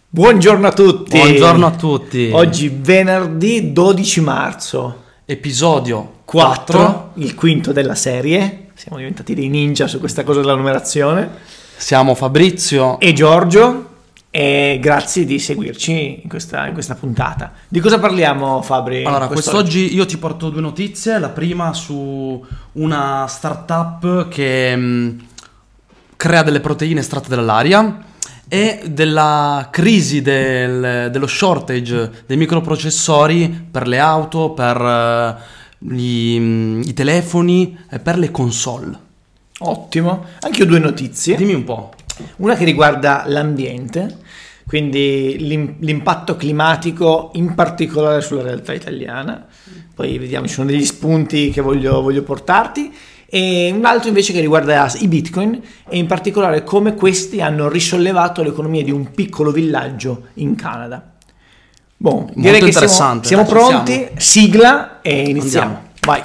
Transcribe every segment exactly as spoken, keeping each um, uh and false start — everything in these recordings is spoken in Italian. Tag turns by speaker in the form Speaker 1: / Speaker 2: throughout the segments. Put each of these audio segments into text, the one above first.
Speaker 1: Buongiorno a tutti.
Speaker 2: Buongiorno a tutti.
Speaker 1: Oggi venerdì dodici marzo.
Speaker 2: Episodio
Speaker 1: quattro,
Speaker 2: quattro.
Speaker 1: Il quinto della serie. Siamo diventati dei ninja su questa cosa della numerazione.
Speaker 2: Siamo Fabrizio
Speaker 1: e Giorgio e grazie di seguirci in questa, in questa puntata. Di cosa parliamo, Fabri?
Speaker 2: Allora,
Speaker 1: quest'oggi?
Speaker 2: quest'oggi io ti porto due notizie. La prima su una startup che mh, crea delle proteine estratte dall'aria e della crisi del, dello shortage dei microprocessori per le auto, per uh, gli, i telefoni e per le console.
Speaker 1: Ottimo. Anche io ho due notizie.
Speaker 2: Dimmi un po'.
Speaker 1: Una che riguarda l'ambiente, quindi l'im- l'impatto climatico in particolare sulla realtà italiana. Poi vediamo, ci sono degli spunti che voglio, voglio portarti. E un altro invece che riguarda i bitcoin e in particolare come questi hanno risollevato l'economia di un piccolo villaggio in Canada. Boh, direi che siamo, siamo
Speaker 2: Dai,
Speaker 1: pronti,
Speaker 2: siamo.
Speaker 1: sigla e iniziamo.
Speaker 2: Andiamo.
Speaker 1: Vai.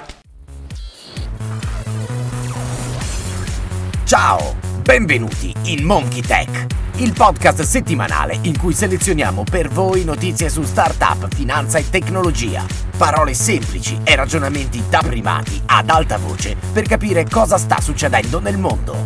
Speaker 3: Ciao, benvenuti in Monkey Tech, il podcast settimanale in cui selezioniamo per voi notizie su startup, finanza e tecnologia. Parole semplici e ragionamenti da privati ad alta voce per capire cosa sta succedendo nel mondo.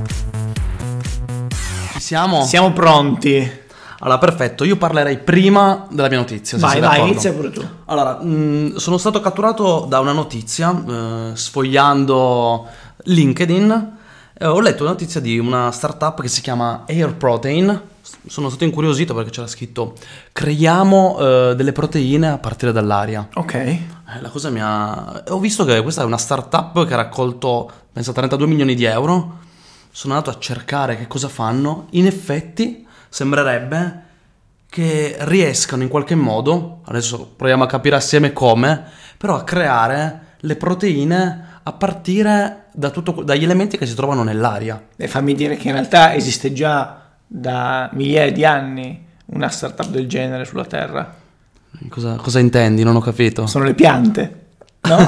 Speaker 2: Ci siamo?
Speaker 1: Siamo pronti.
Speaker 2: Allora, perfetto, io parlerei prima della mia notizia. Se
Speaker 1: Vai,
Speaker 2: sei
Speaker 1: vai,
Speaker 2: d'accordo.
Speaker 1: inizia pure tu.
Speaker 2: Allora, mh, sono stato catturato da una notizia, eh, sfogliando LinkedIn, eh, ho letto una notizia di una startup che si chiama Air Protein. Sono stato incuriosito perché c'era scritto creiamo eh, delle proteine a partire dall'aria.
Speaker 1: Ok.
Speaker 2: Eh, la cosa mi ha... Ho visto che questa è una startup che ha raccolto, penso, trentadue milioni di euro. Sono andato a cercare che cosa fanno. In effetti sembrerebbe che riescano in qualche modo, adesso proviamo a capire assieme come, però a creare le proteine a partire da tutto, dagli elementi che si trovano nell'aria.
Speaker 1: E fammi dire che in realtà esiste già da migliaia di anni una startup del genere sulla Terra.
Speaker 2: Cosa, cosa intendi? Non ho capito.
Speaker 1: Sono le piante, no?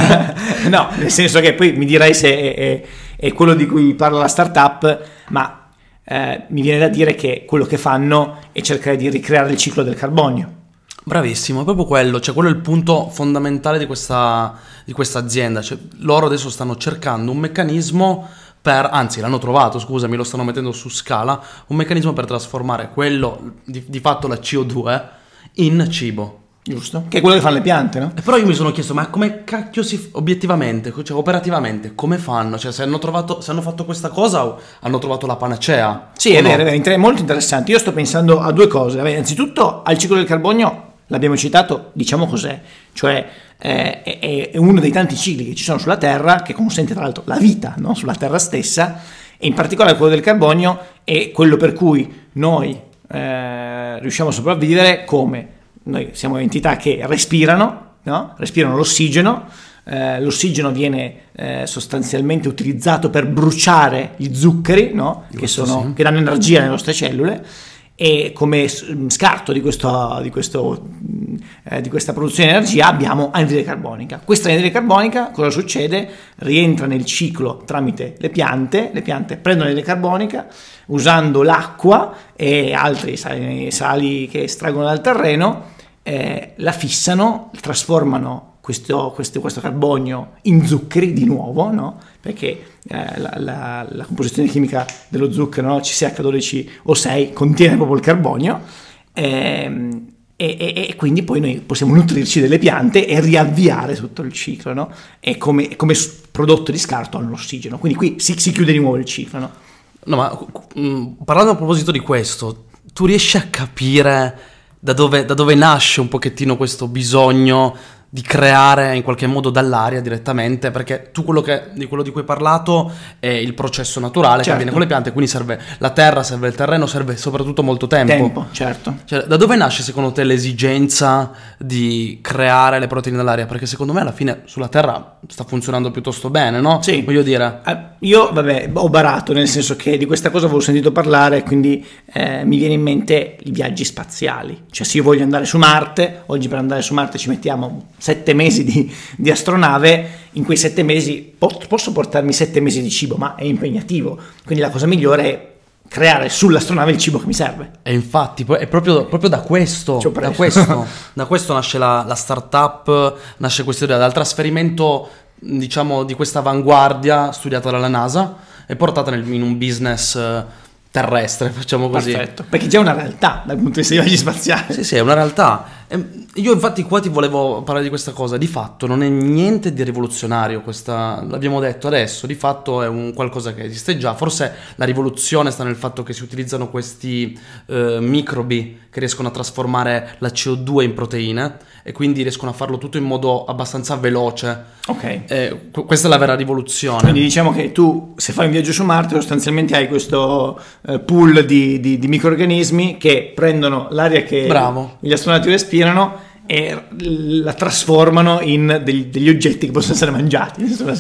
Speaker 1: No, nel senso che poi mi direi se è, è, è quello di cui parla la startup, ma eh, mi viene da dire che quello che fanno è cercare di ricreare il ciclo del carbonio.
Speaker 2: Bravissimo, è proprio quello, cioè quello è il punto fondamentale di questa, di questa azienda. Cioè, loro adesso stanno cercando un meccanismo per, anzi l'hanno trovato, scusami, lo stanno mettendo su scala, un meccanismo per trasformare quello, di, di fatto la C O due, in cibo.
Speaker 1: Giusto? Che è quello che fanno le piante, no?
Speaker 2: E però io mi sono chiesto, ma come cacchio si, obiettivamente, cioè operativamente, come fanno? Cioè se hanno trovato, se hanno fatto questa cosa o hanno trovato la panacea?
Speaker 1: Sì, è vero, è vero, è molto interessante. Io sto pensando a due cose. Vabbè, innanzitutto al ciclo del carbonio, l'abbiamo citato, diciamo cos'è, cioè eh, è, è uno dei tanti cicli che ci sono sulla Terra, che consente tra l'altro la vita, no? Sulla Terra stessa, e in particolare quello del carbonio è quello per cui noi eh, riusciamo a sopravvivere come? Noi siamo entità che respirano, no? Respirano l'ossigeno, eh, l'ossigeno viene eh, sostanzialmente utilizzato per bruciare gli zuccheri, no? Che, sono,
Speaker 2: sì.
Speaker 1: che danno energia alle nostre cellule, e come scarto di, questo, di, questo, eh, di questa produzione di energia abbiamo anidride carbonica. Questa anidride carbonica cosa succede? Rientra nel ciclo tramite le piante, le piante prendono l'anidride carbonica usando l'acqua e altri sali, sali che estraggono dal terreno, eh, la fissano, trasformano questo, questo, questo carbonio in zuccheri di nuovo, no? Perché eh, la, la, la composizione chimica dello zucchero, no? C C H dodici O sei, contiene proprio il carbonio, ehm, e, e, e quindi poi noi possiamo nutrirci delle piante e riavviare tutto il ciclo, no? E come, come prodotto di scarto hanno l'ossigeno, quindi qui si, si chiude di nuovo il ciclo, no?
Speaker 2: No, ma mh, parlando a proposito di questo, tu riesci a capire da dove, da dove nasce un pochettino questo bisogno di creare in qualche modo dall'aria direttamente, perché tu quello che, di quello di cui hai parlato è il processo naturale,
Speaker 1: certo,
Speaker 2: che avviene con le piante, quindi serve la terra, serve il terreno, serve soprattutto molto tempo.
Speaker 1: Tempo, certo.
Speaker 2: Cioè, da dove nasce secondo te l'esigenza di creare le proteine dall'aria? Perché secondo me alla fine sulla terra sta funzionando piuttosto bene, no?
Speaker 1: Sì.
Speaker 2: Voglio dire.
Speaker 1: Eh, io, vabbè, ho barato, nel senso che di questa cosa avevo sentito parlare, quindi eh, mi viene in mente i viaggi spaziali. Cioè, se io voglio andare su Marte, oggi per andare su Marte ci mettiamo sette mesi di, di astronave, in quei sette mesi po- posso portarmi sette mesi di cibo, ma è impegnativo, quindi la cosa migliore è creare sull'astronave il cibo che mi serve.
Speaker 2: E infatti è proprio, proprio da questo da questo, da questo nasce la, la startup, nasce questa idea dal trasferimento, diciamo, di questa avanguardia studiata dalla NASA e portata nel, in un business terrestre, facciamo così.
Speaker 1: Perfetto, perché già è una realtà dal punto di vista dei viaggi spaziali.
Speaker 2: Sì, sì, è una realtà. Io infatti qua ti volevo parlare di questa cosa. Di fatto non è niente di rivoluzionario questa, l'abbiamo detto adesso, di fatto è un qualcosa che esiste già. Forse la rivoluzione sta nel fatto che si utilizzano questi eh, microbi che riescono a trasformare la C O due in proteine e quindi riescono a farlo tutto in modo abbastanza veloce.
Speaker 1: Ok.
Speaker 2: Eh, questa è la vera rivoluzione.
Speaker 1: Quindi diciamo che tu, se fai un viaggio su Marte, sostanzialmente hai questo eh, pool di, di, di microrganismi che prendono l'aria che
Speaker 2: Bravo.
Speaker 1: gli astronauti respirano e la trasformano in degli, degli oggetti che possono essere mangiati.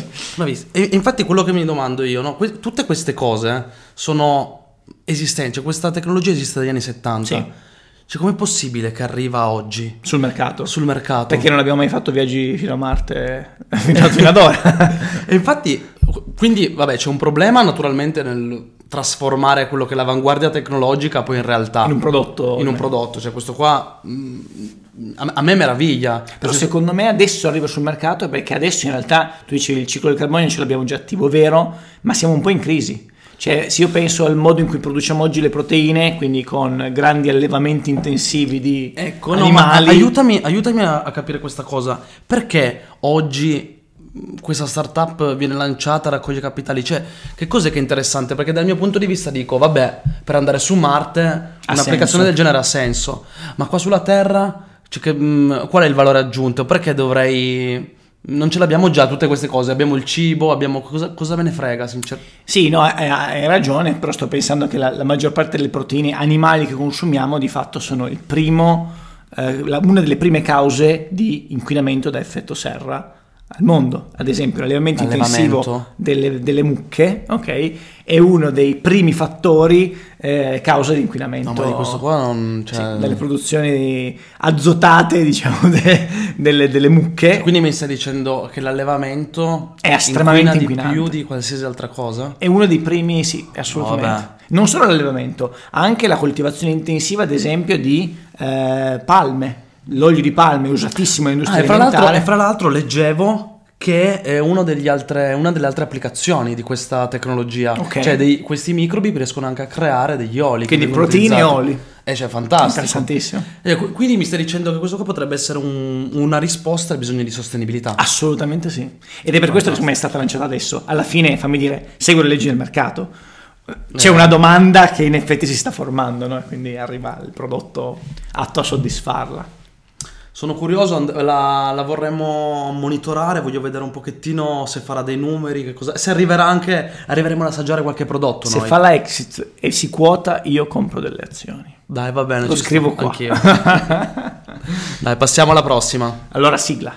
Speaker 2: E infatti quello che mi domando io, no? Que- tutte queste cose sono esistenti, cioè questa tecnologia esiste dagli anni settanta.
Speaker 1: Sì.
Speaker 2: Cioè, com'è possibile che arriva oggi
Speaker 1: Sul mercato.
Speaker 2: sul mercato?
Speaker 1: Perché non abbiamo mai fatto viaggi fino a Marte fino, fino ad ora.
Speaker 2: E infatti, quindi, vabbè, c'è un problema naturalmente nel trasformare quello che è l'avanguardia tecnologica poi in realtà.
Speaker 1: In un prodotto.
Speaker 2: In un prodotto, cioè questo qua mh, a, a me meraviglia.
Speaker 1: Però secondo me adesso arriva sul mercato perché adesso in realtà, tu dicevi il ciclo del carbonio ce l'abbiamo già attivo, vero, ma siamo un po' in crisi. Cioè, se io penso al modo in cui produciamo oggi le proteine, quindi con grandi allevamenti intensivi di
Speaker 2: ecco,
Speaker 1: animali.
Speaker 2: No, ma aiutami, aiutami a, a capire questa cosa. Perché oggi questa startup viene lanciata, raccoglie capitali? Cioè, che cos'è che è interessante? Perché dal mio punto di vista dico, vabbè, per andare su Marte un'applicazione
Speaker 1: senso.
Speaker 2: del genere ha senso, ma qua sulla Terra, cioè che, mh, qual è il valore aggiunto? Perché dovrei... Non ce l'abbiamo già tutte queste cose, abbiamo il cibo, abbiamo cosa, cosa me ne frega, sinceramente.
Speaker 1: Sì, no, hai, hai ragione, però sto pensando che la, la maggior parte delle proteine animali che consumiamo di fatto sono il primo, eh, la, una delle prime cause di inquinamento da effetto serra al mondo. Ad esempio l'allevamento
Speaker 2: Allevamento.
Speaker 1: intensivo delle, delle mucche, ok, è uno dei primi fattori eh, causa di inquinamento.
Speaker 2: No, ma di questo qua non... Cioè...
Speaker 1: Sì, dalle produzioni azotate, diciamo, de, delle, delle mucche.
Speaker 2: Quindi mi stai dicendo che l'allevamento
Speaker 1: è estremamente
Speaker 2: inquina
Speaker 1: inquinante.
Speaker 2: di più di qualsiasi altra cosa?
Speaker 1: È uno dei primi, sì, assolutamente.
Speaker 2: Vabbè.
Speaker 1: Non solo l'allevamento, anche la coltivazione intensiva, ad esempio, di eh, palme. L'olio di palme è usatissimo nell'industria
Speaker 2: Ah, e fra
Speaker 1: alimentare.
Speaker 2: l'altro, e fra l'altro leggevo che è uno degli altre, una delle altre applicazioni di questa tecnologia.
Speaker 1: Ok.
Speaker 2: Cioè dei, questi microbi riescono anche a creare degli oli.
Speaker 1: Quindi
Speaker 2: che vengono
Speaker 1: proteine e
Speaker 2: utilizzati.
Speaker 1: oli.
Speaker 2: Eh, cioè, fantastico.
Speaker 1: Interessantissimo.
Speaker 2: Eh, qu- quindi mi stai dicendo che questo qua potrebbe essere un- una risposta ai bisogni di sostenibilità.
Speaker 1: Assolutamente sì. Ed è per questo che secondo me è stata lanciata adesso. Alla fine, fammi dire, segue le leggi del mercato. C'è
Speaker 2: Eh.
Speaker 1: una domanda che in effetti si sta formando, no? E quindi arriva il prodotto atto a soddisfarla.
Speaker 2: Sono curioso, and- la, la vorremmo monitorare, voglio vedere un pochettino se farà dei numeri, che cosa, se arriverà anche, arriveremo ad assaggiare qualche prodotto.
Speaker 1: Se
Speaker 2: noi.
Speaker 1: fa la exit e si quota, io compro delle azioni.
Speaker 2: Dai, va bene.
Speaker 1: Lo
Speaker 2: ci
Speaker 1: scrivo
Speaker 2: sto,
Speaker 1: qua.
Speaker 2: Anch'io. Dai, passiamo alla prossima.
Speaker 1: Allora, sigla.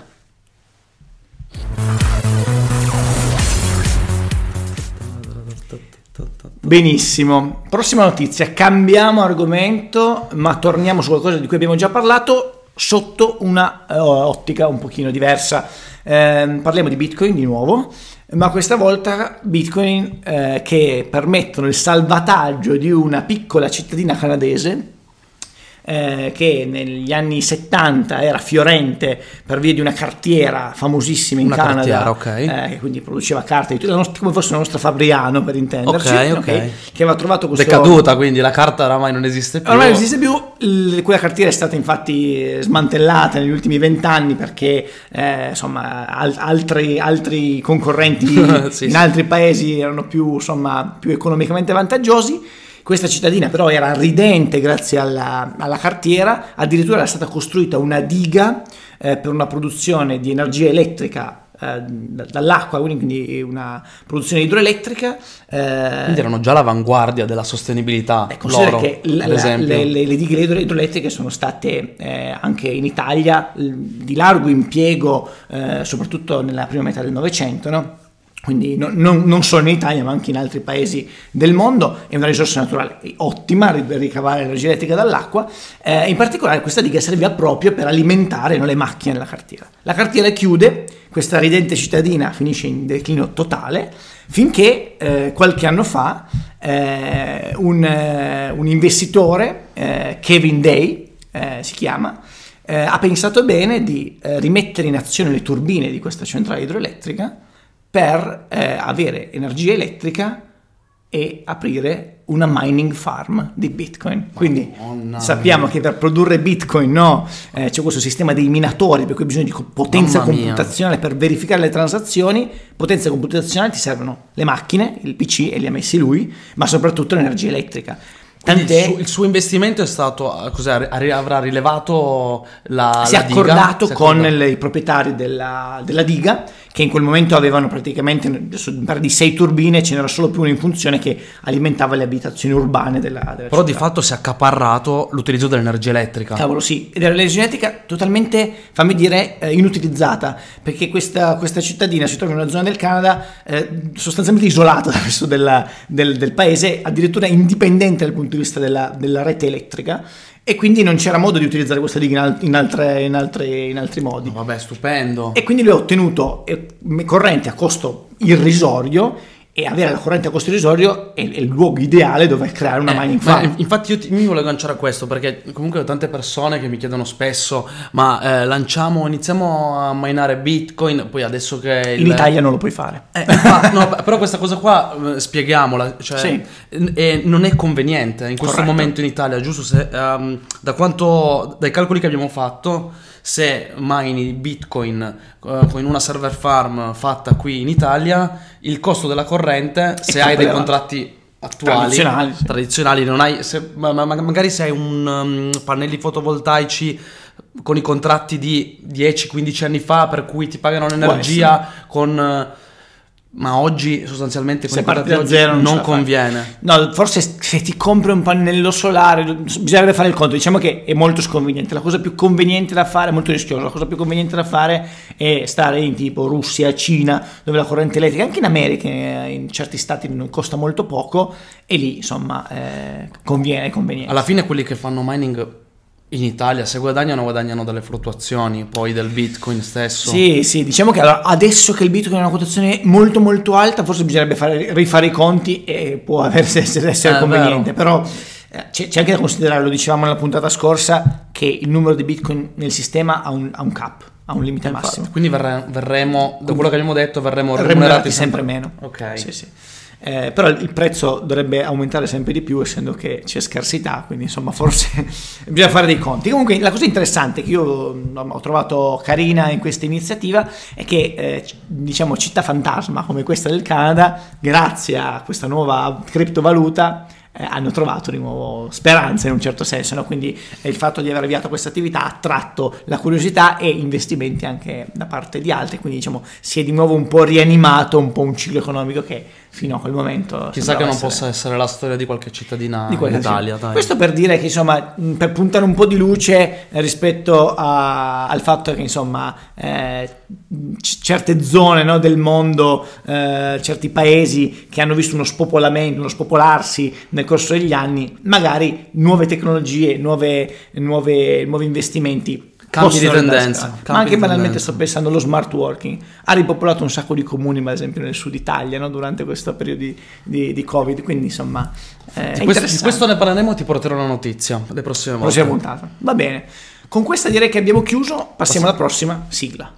Speaker 1: Benissimo, prossima notizia, cambiamo argomento ma torniamo su qualcosa di cui abbiamo già parlato sotto una uh, ottica un pochino diversa. Eh, parliamo di Bitcoin di nuovo, ma questa volta Bitcoin eh, che permettono il salvataggio di una piccola cittadina canadese Eh, che negli anni settanta era fiorente per via di una cartiera famosissima in
Speaker 2: Una
Speaker 1: Canada,
Speaker 2: cartiera, ok.
Speaker 1: eh, che quindi produceva carte, la nostra, come fosse la nostra Fabriano per intenderci,
Speaker 2: Ok, ok.
Speaker 1: ok, che aveva trovato questo...
Speaker 2: Decaduta, quindi la carta oramai non esiste più.
Speaker 1: Ormai non esiste più, l- quella cartiera è stata infatti smantellata negli ultimi vent'anni perché eh, insomma al- altri, altri concorrenti
Speaker 2: Sì,
Speaker 1: in
Speaker 2: sì.
Speaker 1: altri paesi erano più, insomma, più economicamente vantaggiosi. Questa cittadina però era ridente grazie alla, alla cartiera, addirittura era stata costruita una diga eh, per una produzione di energia elettrica eh, dall'acqua, quindi una produzione idroelettrica. Eh,
Speaker 2: Quindi erano già all'avanguardia della sostenibilità.
Speaker 1: eh, considera
Speaker 2: loro,
Speaker 1: che l-
Speaker 2: ad
Speaker 1: la-
Speaker 2: esempio.
Speaker 1: le, le, le dighe idro- idroelettriche sono state eh, anche in Italia l- di largo impiego, eh, soprattutto nella prima metà del Novecento, no? Quindi no- non, non solo in Italia ma anche in altri paesi del mondo. È una risorsa naturale ottima per ricavare l'energia elettrica dall'acqua. Eh, in particolare questa diga serviva proprio per alimentare, no, le macchine della cartiera. La cartiera chiude, questa ridente cittadina finisce in declino totale finché eh, qualche anno fa eh, un, eh, un investitore, eh, Kevin Day eh, si chiama, eh, ha pensato bene di eh, rimettere in azione le turbine di questa centrale idroelettrica per eh, avere energia elettrica e aprire una mining farm di Bitcoin. Quindi
Speaker 2: Madonna
Speaker 1: sappiamo
Speaker 2: mia.
Speaker 1: che per produrre Bitcoin, no, eh, c'è questo sistema dei minatori, per cui hai bisogno di co- potenza
Speaker 2: Mamma mia.
Speaker 1: computazionale per verificare le transazioni. Potenza computazionale, ti servono le macchine, il P C, e li ha messi lui, ma soprattutto l'energia elettrica.
Speaker 2: Quindi il
Speaker 1: Tant'è,
Speaker 2: suo, il suo investimento è stato, eh, cos'è, arri- avrà rilevato la
Speaker 1: si è
Speaker 2: la diga?
Speaker 1: accordato
Speaker 2: Si è
Speaker 1: con
Speaker 2: accordato.
Speaker 1: le- i proprietari della, della diga, che in quel momento avevano praticamente, adesso mi pare di sei turbine, ce n'era solo più una in funzione che alimentava le abitazioni urbane della, della
Speaker 2: Però di
Speaker 1: città.
Speaker 2: fatto si è accaparrato l'utilizzo dell'energia elettrica.
Speaker 1: Cavolo, sì, ed era l'energia elettrica totalmente, fammi dire, eh, inutilizzata, perché questa, questa cittadina si trova in una zona del Canada eh, sostanzialmente isolata dal resto della- del, del paese, addirittura indipendente dal punto di vista della, della rete elettrica, e quindi non c'era modo di utilizzare questa diga in, al- in altre- in altre- in altri modi.
Speaker 2: No, vabbè, stupendo.
Speaker 1: E quindi lui ha ottenuto eh, corrente a costo irrisorio, e avere la corrente a costo irrisorio è, è il luogo ideale dove creare una
Speaker 2: Eh,
Speaker 1: mining
Speaker 2: ma
Speaker 1: farm.
Speaker 2: infatti io ti- mi volevo agganciare a questo, perché comunque ho tante persone che mi chiedono spesso: ma eh, lanciamo, iniziamo a minare Bitcoin, poi adesso che il-
Speaker 1: In Italia non lo puoi fare.
Speaker 2: Eh, infatti, no, però questa cosa qua eh, spieghiamola, cioè,
Speaker 1: Sì.
Speaker 2: eh, eh, non è conveniente in questo
Speaker 1: Corretto.
Speaker 2: momento in Italia, giusto? Se, ehm, da quanto, dai calcoli che abbiamo fatto, se mini Bitcoin eh, con una server farm fatta qui in Italia, il costo della corrente, se
Speaker 1: troppo
Speaker 2: hai dei
Speaker 1: elevato.
Speaker 2: contratti attuali,
Speaker 1: Tradizionali, sì.
Speaker 2: tradizionali, non hai, se- ma- ma- magari se hai un um, pannelli fotovoltaici con i contratti di dieci quindici anni fa, per cui ti pagano l'energia con eh, ma oggi sostanzialmente con
Speaker 1: Se
Speaker 2: i contratti
Speaker 1: parti da
Speaker 2: oggi
Speaker 1: zero non ce
Speaker 2: non
Speaker 1: la fai.
Speaker 2: conviene.
Speaker 1: No, forse se ti compri un pannello solare bisognerebbe fare il conto. Diciamo che è molto sconveniente. La cosa più conveniente da fare, molto rischiosa, la cosa più conveniente da fare è stare in tipo Russia, Cina, dove la corrente elettrica, anche in America, eh, in certi stati non costa molto poco, e lì insomma eh, conviene, è conveniente.
Speaker 2: Alla fine quelli che fanno mining in Italia, se guadagnano, guadagnano dalle fluttuazioni poi del Bitcoin stesso.
Speaker 1: Sì, sì, diciamo che allora, adesso che il Bitcoin è una quotazione molto molto alta, forse bisognerebbe fare, rifare i conti, e può aversi- essere, essere
Speaker 2: Eh,
Speaker 1: conveniente,
Speaker 2: vero.
Speaker 1: però eh, c'è, c'è anche da considerare, lo dicevamo nella puntata scorsa, che il numero di Bitcoin nel sistema ha un, ha un cap, ha un limite
Speaker 2: Infatti,
Speaker 1: massimo.
Speaker 2: quindi verre- verremo, da quello che abbiamo detto, verremo
Speaker 1: Remunerati
Speaker 2: remunerati
Speaker 1: sempre meno.
Speaker 2: Ok.
Speaker 1: Sì, sì. Eh, però il prezzo dovrebbe aumentare sempre di più, essendo che c'è scarsità, quindi insomma forse bisogna fare dei conti. Comunque la cosa interessante che io no, ho trovato carina in questa iniziativa è che eh, c- diciamo città fantasma come questa del Canada, grazie a questa nuova criptovaluta, eh, hanno trovato di nuovo speranza in un certo senso, no? Quindi eh, il fatto di aver avviato questa attività ha attratto la curiosità e investimenti anche da parte di altri, quindi diciamo si è di nuovo un po' rianimato un po' un ciclo economico che fino a quel momento
Speaker 2: Chissà che non
Speaker 1: essere...
Speaker 2: possa essere la storia di qualche cittadina
Speaker 1: di
Speaker 2: in
Speaker 1: quella
Speaker 2: Italia,
Speaker 1: sì.
Speaker 2: dai.
Speaker 1: Questo per dire che insomma mh, per puntare un po' di luce eh, rispetto a- al fatto che insomma eh, c- certe zone, no, del mondo, eh, certi paesi che hanno visto uno spopolamento, uno spopolarsi nel corso degli anni, magari nuove tecnologie, nuove, nuove, nuovi investimenti
Speaker 2: Cambi di
Speaker 1: possono andare a
Speaker 2: tendenza,
Speaker 1: scala.
Speaker 2: cambi
Speaker 1: Ma anche
Speaker 2: di
Speaker 1: banalmente
Speaker 2: tendenza.
Speaker 1: sto pensando allo smart working, ha ripopolato un sacco di comuni, ma ad esempio nel sud Italia, no, durante questo periodo di, di, di Covid, quindi insomma eh, è
Speaker 2: Di questo, di
Speaker 1: interessante.
Speaker 2: questo ne parleremo, ti porterò una notizia le prossime volte.
Speaker 1: Prossima puntata. Va bene. Con questa direi che abbiamo chiuso. Passiamo alla prossima sigla.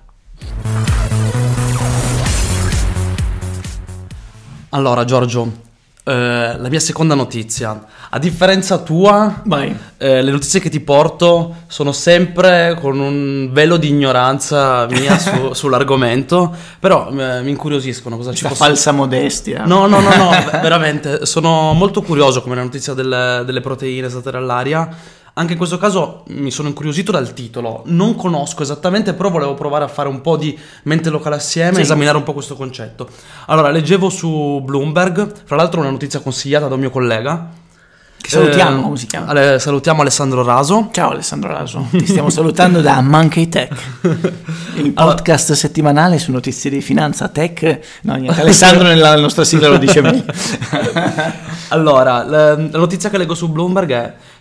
Speaker 2: Allora, Giorgio, eh, la mia seconda notizia. A differenza tua,
Speaker 1: Vai.
Speaker 2: eh, le notizie che ti porto sono sempre con un velo di ignoranza mia su- sull'argomento, però eh, mi incuriosiscono. Cosa ci
Speaker 1: Questa
Speaker 2: posso...
Speaker 1: falsa modestia.
Speaker 2: No, no, no, no, v- veramente, sono molto curioso come la notizia delle, delle proteine state all'aria. Anche in questo caso mi sono incuriosito dal titolo, non conosco esattamente, però volevo provare a fare un po' di mente locale assieme,
Speaker 1: Sì.
Speaker 2: esaminare un po' questo concetto. Allora, leggevo su Bloomberg, fra l'altro una notizia consigliata da un mio collega.
Speaker 1: Che salutiamo,
Speaker 2: Eh,
Speaker 1: come si chiama?
Speaker 2: Ale- salutiamo Alessandro Raso.
Speaker 1: Ciao Alessandro Raso. Ti stiamo salutando da Monkey Tech, il podcast settimanale su notizie di finanza, tech. No, niente, Alessandro nella nostra sigla lo dice meglio.
Speaker 2: Allora, la, la notizia che leggo su Bloomberg è: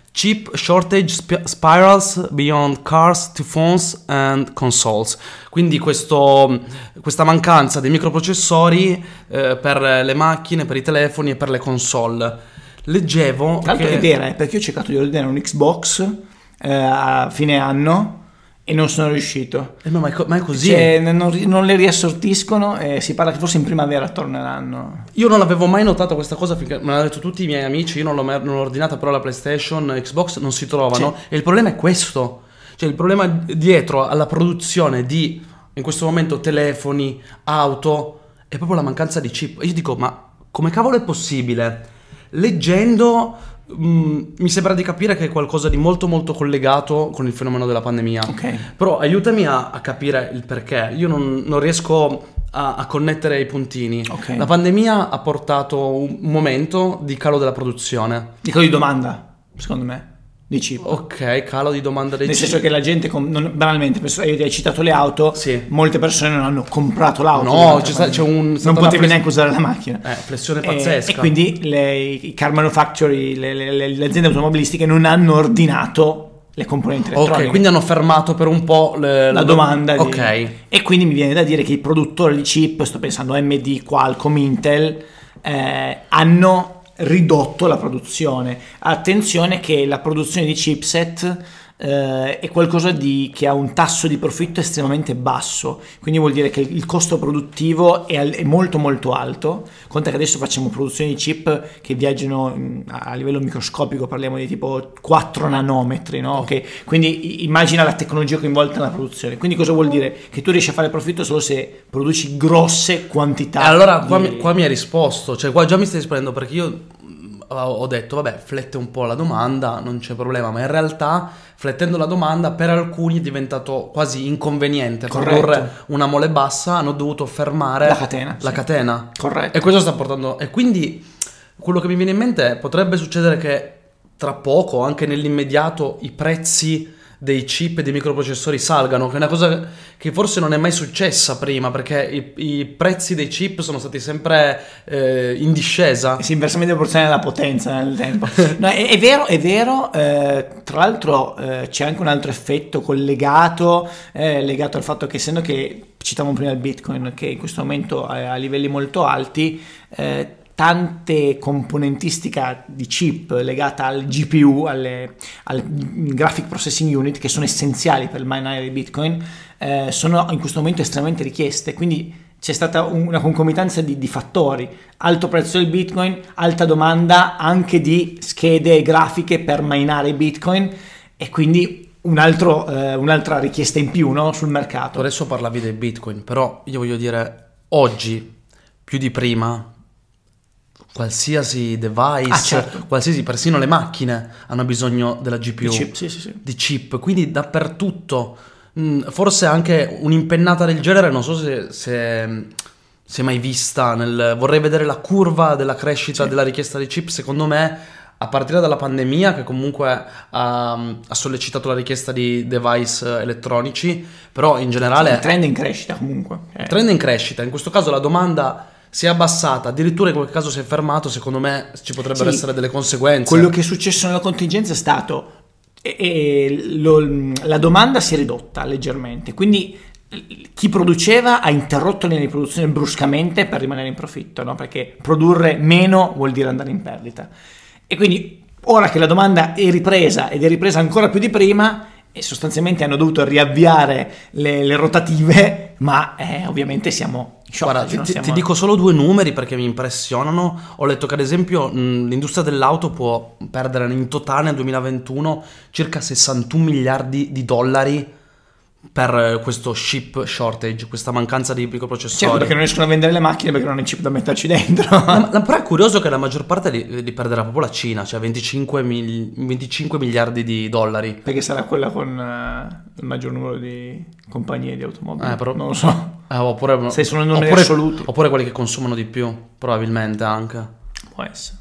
Speaker 2: Chip shortage sp- spirals beyond cars to phones and consoles. Quindi questo, questa mancanza di microprocessori eh, per le macchine, per i telefoni e per le console. Leggevo
Speaker 1: Tra l'altro
Speaker 2: che...
Speaker 1: è vera, eh, perché io ho cercato di ordinare un Xbox eh, a fine anno e non sono riuscito.
Speaker 2: Eh, ma, è co- ma è così.
Speaker 1: Cioè, non, non le riassortiscono e si parla che forse in primavera torneranno.
Speaker 2: Io non l'avevo mai notato questa cosa finché me l'hanno detto tutti i miei amici. Io non l'ho, mai- non l'ho ordinata, però la PlayStation, Xbox non si trovano.
Speaker 1: Sì.
Speaker 2: E il problema è questo. Cioè il problema dietro alla produzione di, in questo momento, telefoni, auto, è proprio la mancanza di chip. Io dico, ma come cavolo è possibile? Leggendo... Mm, mi sembra di capire che è qualcosa di molto molto collegato con il fenomeno della pandemia.
Speaker 1: Ok.
Speaker 2: Però aiutami a, a capire il perché. Io non, non riesco a, a connettere i puntini.
Speaker 1: Ok.
Speaker 2: La pandemia ha portato un momento di calo della produzione.
Speaker 1: Dico di domanda, secondo me, di chip.
Speaker 2: Ok, calo di domanda dei
Speaker 1: Nel
Speaker 2: chip.
Speaker 1: senso che la gente, com- non, banalmente, penso- io ti hai citato le auto,
Speaker 2: Sì.
Speaker 1: molte persone non hanno comprato l'auto.
Speaker 2: No,
Speaker 1: durante
Speaker 2: c'è
Speaker 1: la
Speaker 2: sta-
Speaker 1: pandemia.
Speaker 2: c'è un-
Speaker 1: non
Speaker 2: stata una
Speaker 1: potevi
Speaker 2: fless-
Speaker 1: neanche usare la macchina.
Speaker 2: Eh, flessione
Speaker 1: E-
Speaker 2: pazzesca.
Speaker 1: E, quindi le, i car manufacturing, le, le- le- le aziende automobilistiche non hanno ordinato le componenti elettroniche.
Speaker 2: Ok, quindi hanno fermato per un po' le-
Speaker 1: la domanda di-
Speaker 2: Ok.
Speaker 1: e quindi mi viene da dire che i produttori di chip, sto pensando a A M D, Qualcomm, Intel, eh, hanno ridotto la produzione. Attenzione che la produzione di chipset eh, è qualcosa di, che ha un tasso di profitto estremamente basso, quindi vuol dire che il costo produttivo è, al- è molto molto alto. Conta che adesso facciamo produzioni di chip che viaggiano mm, a livello microscopico, parliamo di tipo quattro nanometri, no? Okay? Quindi i- immagina la tecnologia coinvolta nella produzione. Quindi cosa vuol dire? Che tu riesci a fare profitto solo se produci grosse quantità.
Speaker 2: E allora qua,
Speaker 1: di-
Speaker 2: mi, qua mi hai risposto, cioè qua già mi stai rispondendo perché io mh, ho detto vabbè flette un po' la domanda, non c'è problema, ma in realtà flettendo la domanda per alcuni è diventato quasi inconveniente
Speaker 1: Corretto.
Speaker 2: produrre una mole bassa, hanno dovuto fermare
Speaker 1: La catena,
Speaker 2: la
Speaker 1: sì.
Speaker 2: catena.
Speaker 1: Corretto.
Speaker 2: E questo sta portando, e quindi quello che mi viene in mente è potrebbe succedere che tra poco, anche nell'immediato, i prezzi dei chip e dei microprocessori salgano, che è una cosa che forse non è mai successa prima, perché i, i prezzi dei chip sono stati sempre eh, in discesa.
Speaker 1: Si inversamente proporzionale alla potenza nel tempo. No, è, è vero, è vero. eh, tra l'altro eh, c'è anche un altro effetto collegato, eh, legato al fatto che essendo che citavamo prima il Bitcoin, che in questo momento è a livelli molto alti, eh, tante componentistica di chip legata al G P U, alle, al Graphic Processing Unit, che sono essenziali per il minare di Bitcoin, eh, sono in questo momento estremamente richieste. Quindi c'è stata una concomitanza di, di fattori: alto prezzo del Bitcoin, alta domanda anche di schede grafiche per minare Bitcoin, e quindi un altro, eh, un'altra richiesta in più, no, sul mercato.
Speaker 2: Adesso parlavi dei Bitcoin, però io voglio dire, oggi più di prima qualsiasi device,
Speaker 1: Ah, certo.
Speaker 2: qualsiasi, persino le macchine hanno bisogno della G P U,
Speaker 1: Di chip, sì, sì, sì.
Speaker 2: di chip, quindi dappertutto. Mm, forse anche un'impennata del genere, non so se, se, se mai vista, nel, vorrei vedere la curva della crescita
Speaker 1: Sì.
Speaker 2: della richiesta di chip. Secondo me, a partire dalla pandemia, che comunque ha, ha sollecitato la richiesta di device elettronici, però in generale...
Speaker 1: Il trend è in crescita comunque. Eh.
Speaker 2: Il trend è in crescita, in questo caso la domanda si è abbassata, addirittura in quel caso si è fermato. Secondo me ci potrebbero
Speaker 1: Sì.
Speaker 2: essere delle conseguenze.
Speaker 1: Quello che è successo nella contingenza è stato e, e lo- la domanda si è ridotta leggermente, quindi chi produceva ha interrotto le linee di produzione bruscamente per rimanere in profitto, no? Perché produrre meno vuol dire andare in perdita, e quindi ora che la domanda è ripresa ed è ripresa ancora più di prima, e sostanzialmente hanno dovuto riavviare le, le rotative, ma eh, ovviamente siamo in shortage,
Speaker 2: Guarda,
Speaker 1: no?
Speaker 2: ti,
Speaker 1: Siamo-
Speaker 2: ti dico solo due numeri perché mi impressionano. Ho letto che ad esempio mh, l'industria dell'auto può perdere in totale nel duemilaventuno circa sessantuno miliardi di dollari per eh, questo chip shortage, questa mancanza di microprocessori.
Speaker 1: Certo, perché non riescono a vendere le macchine perché non hai chip da metterci dentro.
Speaker 2: Ma, ma però è curioso che la maggior parte li, li perderà proprio la Cina, cioè venticinque, mil- venticinque miliardi di dollari.
Speaker 1: Perché sarà quella con eh, il maggior numero di compagnie di automobili.
Speaker 2: Eh, però-
Speaker 1: Non lo so.
Speaker 2: Eh, oppure,
Speaker 1: Se sono numeri
Speaker 2: oppure-
Speaker 1: assoluti.
Speaker 2: Oppure quelli che consumano di più, probabilmente anche.
Speaker 1: Può essere.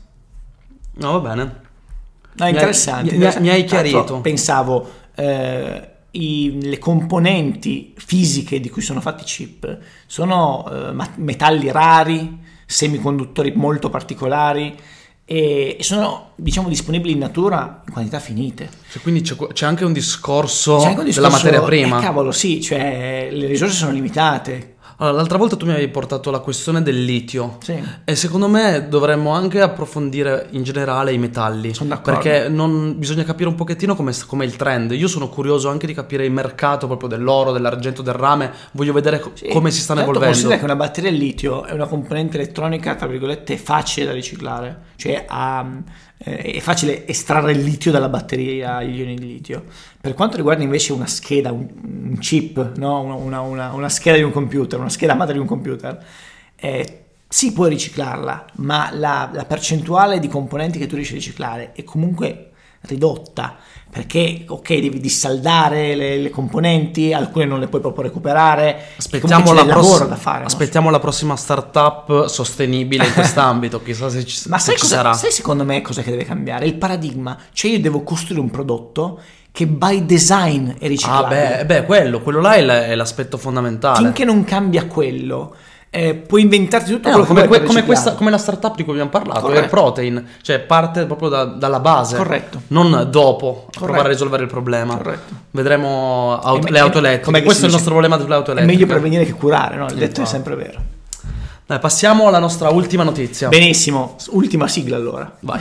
Speaker 2: No, va bene.
Speaker 1: No,
Speaker 2: hai-
Speaker 1: interessante.
Speaker 2: mi- mi-
Speaker 1: interessante.
Speaker 2: mi hai
Speaker 1: Tra l'altro,
Speaker 2: chiarito.
Speaker 1: Pensavo, eh, i- le componenti fisiche di cui sono fatti i chip sono eh, ma- metalli rari, semiconduttori molto particolari, e sono, diciamo, disponibili in natura in quantità finite.
Speaker 2: Cioè, quindi c'è, c'è anche un discorso,
Speaker 1: C'è anche un discorso
Speaker 2: della materia prima.
Speaker 1: Eh, cavolo, sì, cioè le risorse sono limitate.
Speaker 2: Allora, l'altra volta tu mi avevi portato la questione del litio,
Speaker 1: Sì.
Speaker 2: e secondo me dovremmo anche approfondire in generale i metalli,
Speaker 1: Sono d'accordo.
Speaker 2: perché non, bisogna capire un pochettino come è il trend. Io sono curioso anche di capire il mercato proprio dell'oro, dell'argento, del rame, voglio vedere co-
Speaker 1: Sì,
Speaker 2: come si stanno
Speaker 1: tanto
Speaker 2: evolvendo.
Speaker 1: Considera che una batteria al litio è una componente elettronica, tra virgolette, facile da riciclare, cioè ha, eh, è facile estrarre il litio dalla batteria, gli ioni di litio. Per quanto riguarda invece una scheda, un, un chip, no? una, una, una, una scheda di un computer, una scheda madre di un computer, eh, sì, puoi riciclarla, ma la, la percentuale di componenti che tu riesci a riciclare è comunque ridotta, perché ok, devi dissaldare le, le componenti, alcune non le puoi proprio recuperare.
Speaker 2: Aspettiamo, la,
Speaker 1: c'è
Speaker 2: pross-
Speaker 1: lavoro da fare,
Speaker 2: aspettiamo
Speaker 1: no?
Speaker 2: la prossima startup sostenibile in quest'ambito, chissà se ci,
Speaker 1: Ma
Speaker 2: se
Speaker 1: sai,
Speaker 2: ci
Speaker 1: cosa,
Speaker 2: sarà.
Speaker 1: sai secondo me cosa che deve cambiare? Il paradigma, cioè io devo costruire un prodotto che by design è
Speaker 2: Ah
Speaker 1: riciclabile.
Speaker 2: beh, beh, quello, quello là è, l- è l'aspetto fondamentale.
Speaker 1: Finché non cambia quello, eh, puoi inventarti tutto
Speaker 2: Eh,
Speaker 1: quello
Speaker 2: no, come,
Speaker 1: che vuoi
Speaker 2: que-
Speaker 1: per
Speaker 2: come,
Speaker 1: riciclare.
Speaker 2: questa, come la startup di cui abbiamo parlato,
Speaker 1: Corretto.
Speaker 2: Air Protein, cioè parte proprio da- dalla base,
Speaker 1: Corretto.
Speaker 2: non dopo a
Speaker 1: Corretto.
Speaker 2: provare a risolvere il problema.
Speaker 1: Corretto.
Speaker 2: Vedremo auto-
Speaker 1: È me-
Speaker 2: le auto
Speaker 1: è-
Speaker 2: elettriche.
Speaker 1: com'è che
Speaker 2: Questo è
Speaker 1: si
Speaker 2: il
Speaker 1: dice?
Speaker 2: nostro problema delle auto
Speaker 1: È
Speaker 2: elettriche.
Speaker 1: meglio prevenire che curare, no? Il detto è
Speaker 2: Infatti.
Speaker 1: sempre vero.
Speaker 2: Dai, passiamo alla nostra ultima notizia.
Speaker 1: Benissimo, ultima sigla allora.
Speaker 2: Vai.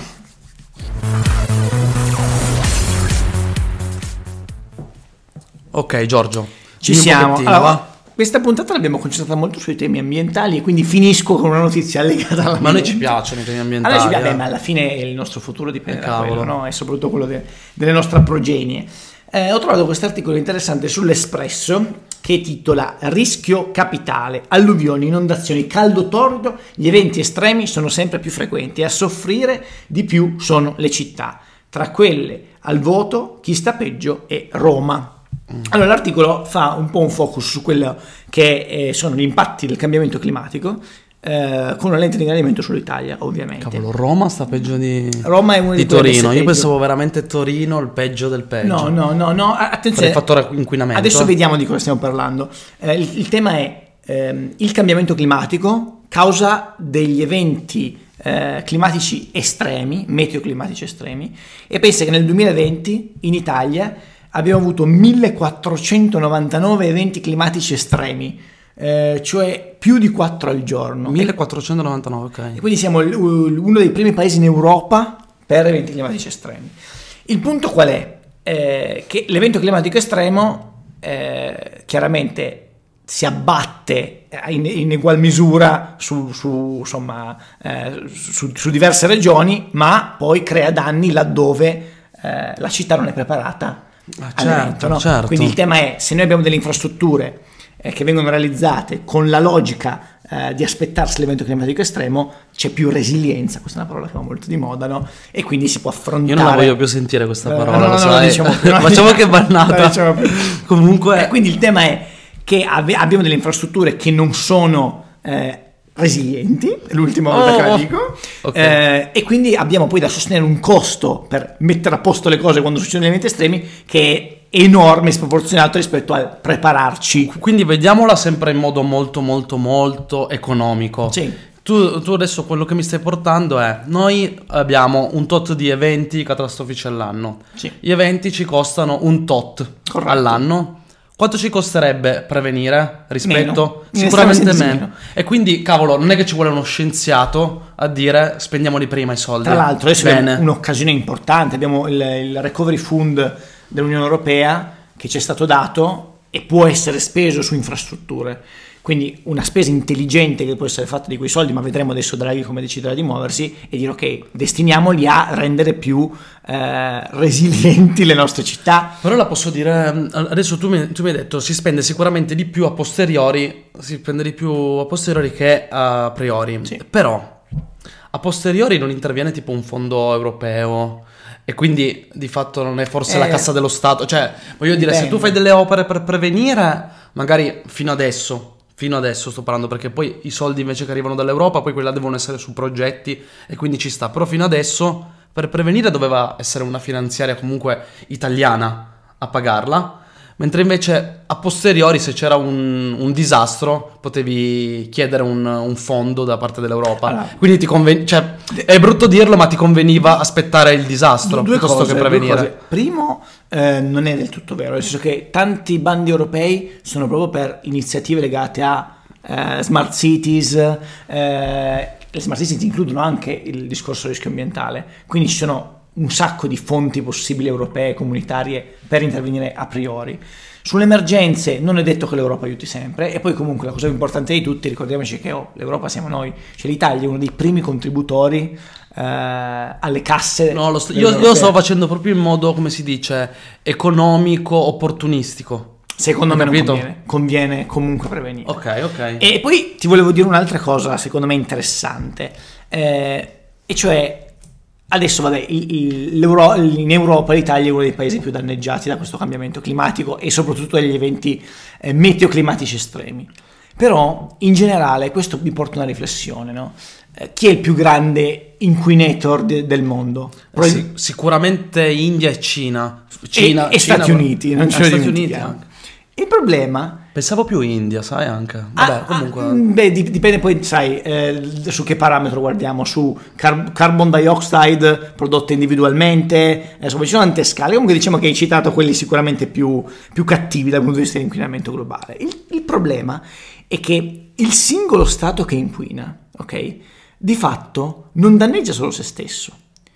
Speaker 2: Ok, Giorgio.
Speaker 1: Ci
Speaker 2: dimmi un
Speaker 1: siamo.
Speaker 2: pochettino,
Speaker 1: Allora,
Speaker 2: va?
Speaker 1: questa puntata l'abbiamo concentrata molto sui temi ambientali e quindi finisco con una notizia legata all'ambiente.
Speaker 2: Ma a noi ci piacciono i temi ambientali.
Speaker 1: Allora, ci piace,
Speaker 2: eh.
Speaker 1: beh, ma alla fine il nostro futuro dipende
Speaker 2: Eh,
Speaker 1: da quello,
Speaker 2: cavolo.
Speaker 1: no? E soprattutto quello de- delle nostre progenie. Eh, ho trovato questo articolo interessante sull'Espresso che titola Rischio capitale, alluvioni, inondazioni, caldo torrido, gli eventi estremi sono sempre più frequenti e a soffrire di più sono le città. Tra quelle al voto, chi sta peggio è Roma. Allora l'articolo fa un po' un focus su quello che eh, sono gli impatti del cambiamento climatico, eh, con una lente di ingrandimento sull'Italia, ovviamente.
Speaker 2: Cavolo, Roma sta peggio di,
Speaker 1: Roma è uno
Speaker 2: di
Speaker 1: di quelle
Speaker 2: Torino.
Speaker 1: messe
Speaker 2: Io
Speaker 1: peggio.
Speaker 2: pensavo veramente Torino il peggio del peggio.
Speaker 1: No, no, no, no, a-
Speaker 2: Per
Speaker 1: attenzione.
Speaker 2: il fattore inquinamento.
Speaker 1: Adesso vediamo di cosa stiamo parlando. Eh, il, il tema è ehm, il cambiamento climatico causa degli eventi eh, climatici estremi, meteoclimatici estremi, e pensa che nel duemilaventi in Italia abbiamo avuto millequattrocentonovantanove eventi climatici estremi, eh, cioè più di quattro al giorno.
Speaker 2: millequattrocentonovantanove, ok.
Speaker 1: E quindi siamo l- uno dei primi paesi in Europa per eventi climatici estremi. Il punto qual è? Eh, che l'evento climatico estremo eh, chiaramente si abbatte in, in egual misura su, su, insomma, eh, su, su diverse regioni, ma poi crea danni laddove eh, la città non è preparata
Speaker 2: Ah,
Speaker 1: all'evento,
Speaker 2: certo,
Speaker 1: no?
Speaker 2: certo.
Speaker 1: Quindi il tema è, se noi abbiamo delle infrastrutture eh, che vengono realizzate con la logica eh, di aspettarsi l'evento climatico estremo, c'è più resilienza, questa è una parola che va molto di moda, no? E quindi si può affrontare.
Speaker 2: Io non la voglio più sentire questa
Speaker 1: Eh,
Speaker 2: parola,
Speaker 1: no, no,
Speaker 2: lo
Speaker 1: no, non la
Speaker 2: sai.
Speaker 1: diciamo più, no.
Speaker 2: Facciamo che è bannata.
Speaker 1: Non la diciamo più.
Speaker 2: Comunque,
Speaker 1: E quindi il tema è che ave- abbiamo delle infrastrutture che non sono eh, resilienti, è l'ultima volta
Speaker 2: Oh,
Speaker 1: che la
Speaker 2: oh.
Speaker 1: dico,
Speaker 2: Ok.
Speaker 1: eh, e quindi abbiamo poi da sostenere un costo per mettere a posto le cose quando succedono gli eventi estremi che è enorme, sproporzionato rispetto al prepararci.
Speaker 2: quindi vediamola sempre in modo molto molto molto economico.
Speaker 1: Sì.
Speaker 2: Tu, tu adesso quello che mi stai portando è, noi abbiamo un tot di eventi catastrofici all'anno.
Speaker 1: Sì.
Speaker 2: Gli eventi ci costano un tot
Speaker 1: Corretto.
Speaker 2: all'anno. Quanto ci costerebbe prevenire rispetto?
Speaker 1: Meno.
Speaker 2: Sicuramente
Speaker 1: In estrema
Speaker 2: meno.
Speaker 1: sintesi
Speaker 2: E quindi, cavolo, non è che ci vuole uno scienziato a dire spendiamoli prima i soldi.
Speaker 1: Tra l'altro adesso
Speaker 2: Bene.
Speaker 1: abbiamo un'occasione importante, abbiamo il, il Recovery Fund dell'Unione Europea che ci è stato dato e può essere speso su infrastrutture. Quindi una spesa intelligente che può essere fatta di quei soldi, ma vedremo adesso Draghi come deciderà di muoversi, e dire ok, destiniamoli a rendere più eh, resilienti le nostre città.
Speaker 2: Però la posso dire, adesso tu mi, tu mi hai detto si spende sicuramente di più a posteriori, si spende di più a posteriori che a priori.
Speaker 1: Sì.
Speaker 2: Però a posteriori non interviene tipo un fondo europeo e quindi di fatto non è forse
Speaker 1: Eh,
Speaker 2: la cassa dello Stato. Cioè, voglio dire, se tu
Speaker 1: dipende.
Speaker 2: fai delle opere per prevenire, magari fino adesso, fino adesso sto parlando, perché poi i soldi invece che arrivano dall'Europa, poi quelli là devono essere su progetti e quindi ci sta. Però fino adesso per prevenire doveva essere una finanziaria comunque italiana a pagarla, Mentre invece a posteriori, se c'era un, un disastro, potevi chiedere un, un fondo da parte dell'Europa. Allora, quindi ti conven- cioè, è brutto dirlo, ma ti conveniva aspettare il disastro
Speaker 1: due
Speaker 2: piuttosto
Speaker 1: cose,
Speaker 2: che prevenire.
Speaker 1: Due cose. Primo, eh, non è del tutto vero, nel senso che tanti bandi europei sono proprio per iniziative legate a eh, smart cities. Eh, le smart cities includono anche il discorso rischio ambientale, quindi ci sono un sacco di fonti possibili europee, comunitarie, per intervenire a priori. Sulle emergenze non è detto che l'Europa aiuti sempre, e poi comunque la cosa più importante di tutti, ricordiamoci che oh, l'Europa siamo noi, cioè l'Italia è uno dei primi contributori eh, alle casse.
Speaker 2: No, lo sto, io, io lo sto facendo proprio in modo, come si dice, economico, opportunistico.
Speaker 1: Secondo me non conviene, conviene comunque prevenire.
Speaker 2: Ok, ok.
Speaker 1: E poi ti volevo dire un'altra cosa, secondo me interessante, eh, e cioè adesso vabbè, il, il, l'Euro, in Europa l'Italia è uno dei paesi più danneggiati da questo cambiamento climatico e soprattutto dagli eventi eh, meteoclimatici estremi. Però in generale questo mi porta a una riflessione, no? Eh, chi è il più grande inquinator de, del mondo?
Speaker 2: Eh, sì, sicuramente India e Cina. Cina
Speaker 1: e, e
Speaker 2: Cina,
Speaker 1: Stati Uniti, non ce
Speaker 2: eh,
Speaker 1: lo
Speaker 2: Stati Uniti
Speaker 1: dimentichiamo.
Speaker 2: anche.
Speaker 1: Il problema...
Speaker 2: Pensavo più India, sai, anche. Vabbè,
Speaker 1: ah,
Speaker 2: comunque...
Speaker 1: Ah, beh, dipende poi, sai, eh, su che parametro guardiamo, su car- carbon dioxide prodotte individualmente, insomma ci sono tante scale. Comunque diciamo che hai citato quelli sicuramente più, più cattivi dal punto di vista dell'inquinamento globale. Il, il problema è che il singolo stato che inquina, ok, di fatto non danneggia solo se stesso,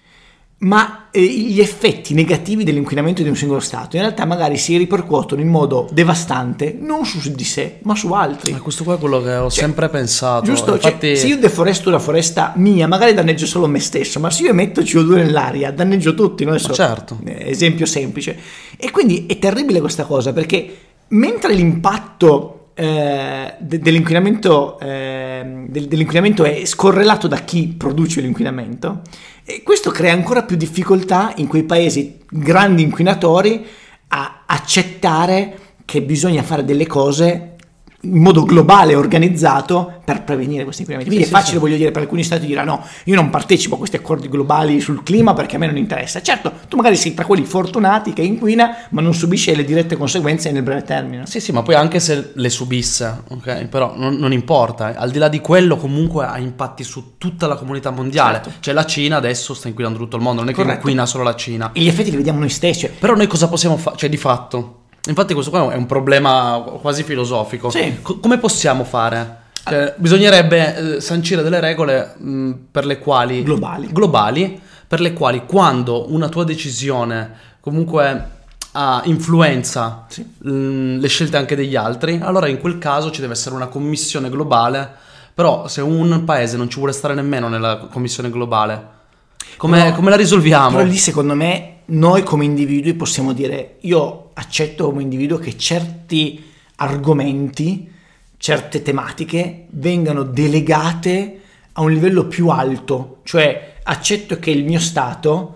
Speaker 1: ma eh, gli effetti negativi dell'inquinamento di un singolo stato in realtà magari si ripercuotono in modo devastante non su di sé ma su altri.
Speaker 2: Ma questo qua è quello che ho cioè, sempre pensato.
Speaker 1: Giusto,
Speaker 2: infatti...
Speaker 1: cioè, se io deforesto una foresta mia magari danneggio solo me stesso, ma se io emetto C O due nell'aria danneggio tutti, no? Adesso,
Speaker 2: certo.
Speaker 1: eh, esempio semplice. E quindi è terribile questa cosa, perché mentre l'impatto Eh, de- dell'inquinamento eh, de- dell'inquinamento è scorrelato da chi produce l'inquinamento, e questo crea ancora più difficoltà in quei paesi grandi inquinatori a accettare che bisogna fare delle cose in modo globale e organizzato per prevenire questi inquinamenti. Quindi sì, è facile, sì, voglio dire, per alcuni stati dire no, io non partecipo a questi accordi globali sul clima perché a me non interessa. Certo, tu magari sei tra quelli fortunati che inquina ma non subisce le dirette conseguenze nel breve termine.
Speaker 2: Sì, sì, ma poi anche se le subisse, ok, però non, non importa, al di là di quello comunque ha impatti su tutta la comunità mondiale. Certo. Cioè la Cina adesso sta inquinando tutto il mondo, non è che inquina solo la Cina.
Speaker 1: E gli effetti li vediamo noi stessi.
Speaker 2: Però noi cosa possiamo fare? Cioè di fatto... Infatti questo qua è un problema quasi filosofico.
Speaker 1: Sì.
Speaker 2: Co- come possiamo fare? Cioè, bisognerebbe eh, sancire delle regole mh, per le quali
Speaker 1: globali.
Speaker 2: globali, per le quali quando una tua decisione comunque ha influenza sì. mh, le scelte anche degli altri, allora in quel caso ci deve essere una commissione globale. Però se un paese non ci vuole stare nemmeno nella commissione globale, come, no, come la risolviamo?
Speaker 1: Però lì secondo me noi come individui possiamo dire io accetto come individuo che certi argomenti, certe tematiche vengano delegate a un livello più alto, cioè accetto che il mio Stato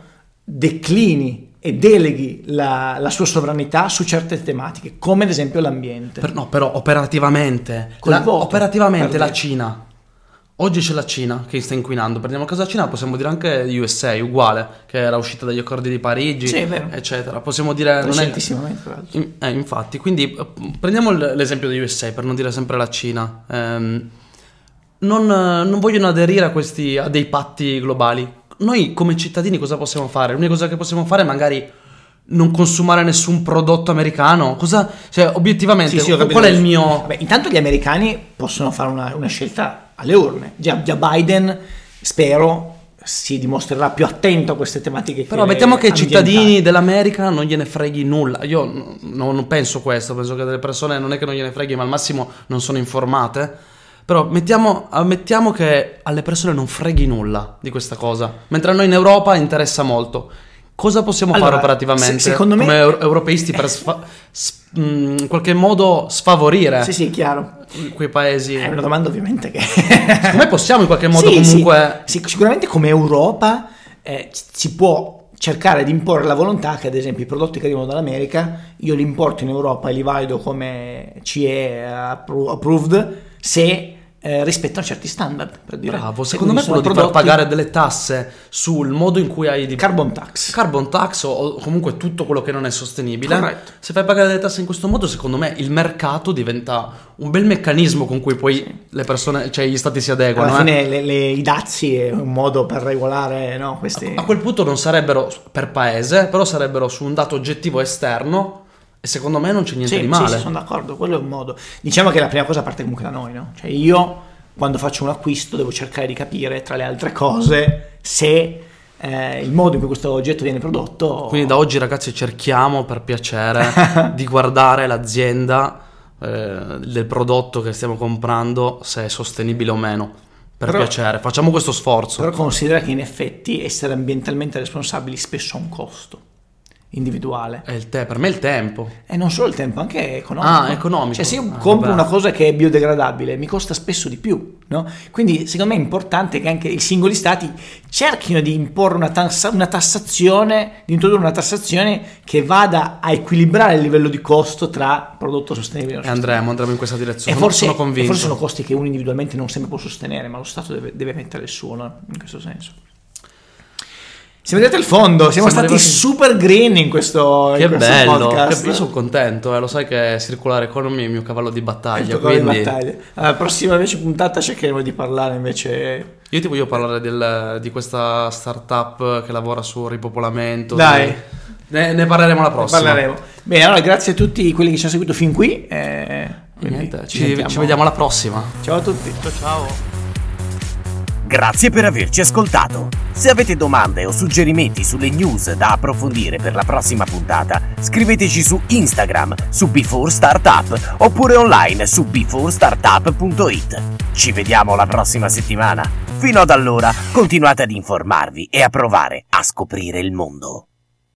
Speaker 1: declini e deleghi la, la sua sovranità su certe tematiche, come ad esempio l'ambiente.
Speaker 2: Per, no, però operativamente, la,
Speaker 1: voto,
Speaker 2: operativamente la Cina. Oggi c'è la Cina che sta inquinando. Prendiamo caso la Cina, possiamo dire anche U S A, uguale, che era uscita dagli accordi di Parigi, sì, eccetera. Possiamo dire...
Speaker 1: Recentissimamente, tra l'altro.
Speaker 2: In, eh, infatti, quindi prendiamo l'esempio degli U S A per non dire sempre la Cina. Ehm, non, non vogliono aderire a questi a dei patti globali. Noi come cittadini cosa possiamo fare? L'unica cosa che possiamo fare è magari non consumare nessun prodotto americano. Cosa, cioè obiettivamente, sì, sì, qual è il mio...
Speaker 1: Vabbè, intanto gli americani possono fare una, una scelta alle urne. Già, già Biden, spero, si dimostrerà più attento a queste tematiche.
Speaker 2: Però mettiamo che ai cittadini dell'America non gliene freghi nulla. Io no, non penso questo, penso che delle persone non è che non gliene freghi, ma al massimo non sono informate. Però mettiamo, ammettiamo che alle persone non freghi nulla di questa cosa, mentre a noi in Europa interessa molto. Cosa possiamo allora, fare operativamente se, secondo me, come euro- europeisti per sfa- s- mh, in qualche modo sfavorire
Speaker 1: sì, sì, chiaro.
Speaker 2: quei paesi?
Speaker 1: È una domanda ovviamente che...
Speaker 2: Secondo me possiamo in qualche modo
Speaker 1: sì,
Speaker 2: comunque...
Speaker 1: Sì, sì, sicuramente come Europa eh, si può cercare di imporre la volontà che ad esempio i prodotti che arrivano dall'America io li importo in Europa e li valido come C E approved se... eh, rispettano certi standard, per dire.
Speaker 2: Bravo,
Speaker 1: E
Speaker 2: secondo me
Speaker 1: quindi
Speaker 2: quello
Speaker 1: sono
Speaker 2: di far pagare delle tasse sul modo in cui hai di
Speaker 1: carbon tax.
Speaker 2: carbon tax o- o comunque tutto quello che non è sostenibile.
Speaker 1: Corretto.
Speaker 2: Se fai pagare delle tasse in questo modo, secondo me il mercato diventa un bel meccanismo con cui poi le persone, cioè gli stati si adeguano.
Speaker 1: Alla
Speaker 2: eh.
Speaker 1: fine le, le- i dazi è un modo per regolare, no, questi...
Speaker 2: A quel punto non sarebbero per paese, però sarebbero su un dato oggettivo esterno e secondo me non c'è niente
Speaker 1: Sì,
Speaker 2: di male.
Speaker 1: sì, sì, sono d'accordo, quello è un modo. Diciamo che la prima cosa parte comunque da noi, no? Cioè io quando faccio un acquisto devo cercare di capire, tra le altre cose, se eh, il modo in cui questo oggetto viene prodotto...
Speaker 2: Quindi da oggi ragazzi cerchiamo per piacere di guardare l'azienda eh, del prodotto che stiamo comprando se è sostenibile o meno. Per
Speaker 1: Però-
Speaker 2: piacere, facciamo questo sforzo.
Speaker 1: Però considera che in effetti essere ambientalmente responsabili spesso ha un costo individuale.
Speaker 2: È il te- per me è il tempo.
Speaker 1: E non solo il tempo, anche economico.
Speaker 2: Ah, economico.
Speaker 1: Cioè se io
Speaker 2: Ah,
Speaker 1: compro
Speaker 2: vabbè.
Speaker 1: una cosa che è biodegradabile mi costa spesso di più, no? Quindi secondo me è importante che anche i singoli stati cerchino di imporre una, tassa- una tassazione, di introdurre una tassazione che vada a equilibrare il livello di costo tra prodotto sostenibile e non
Speaker 2: E andremo, andremo in questa
Speaker 1: e
Speaker 2: direzione.
Speaker 1: forse,
Speaker 2: sono
Speaker 1: e
Speaker 2: convinto.
Speaker 1: forse sono costi che uno individualmente non sempre può sostenere, ma lo Stato deve, deve mettere il suo, no? In questo senso. Siamo arrivati al fondo, siamo,
Speaker 2: Siamo
Speaker 1: stati
Speaker 2: arrivati-
Speaker 1: super green in questo,
Speaker 2: Che
Speaker 1: in questo
Speaker 2: bello,
Speaker 1: podcast.
Speaker 2: che- io sono contento, eh, lo sai che Circular Economy è il mio cavallo di
Speaker 1: Il
Speaker 2: battaglia,
Speaker 1: tuo cavallo di
Speaker 2: quindi
Speaker 1: battaglia. Alla prossima invece puntata cercheremo di parlare invece...
Speaker 2: io ti voglio parlare del- di questa startup che lavora sul ripopolamento.
Speaker 1: Dai.
Speaker 2: di- Ne, ne parleremo la prossima.
Speaker 1: Parleremo. Bene, allora grazie a tutti quelli che ci hanno seguito fin qui. eh,
Speaker 2: E
Speaker 1: quindi
Speaker 2: niente, ci,
Speaker 1: sentiamo.
Speaker 2: ci vediamo alla prossima.
Speaker 1: Ciao a tutti.
Speaker 2: Ciao ciao.
Speaker 3: Grazie per averci ascoltato. Se avete domande o suggerimenti sulle news da approfondire per la prossima puntata, scriveteci su Instagram su Before Startup oppure online su before startup punto it. Ci vediamo la prossima settimana. Fino ad allora, continuate ad informarvi e a provare a scoprire il mondo.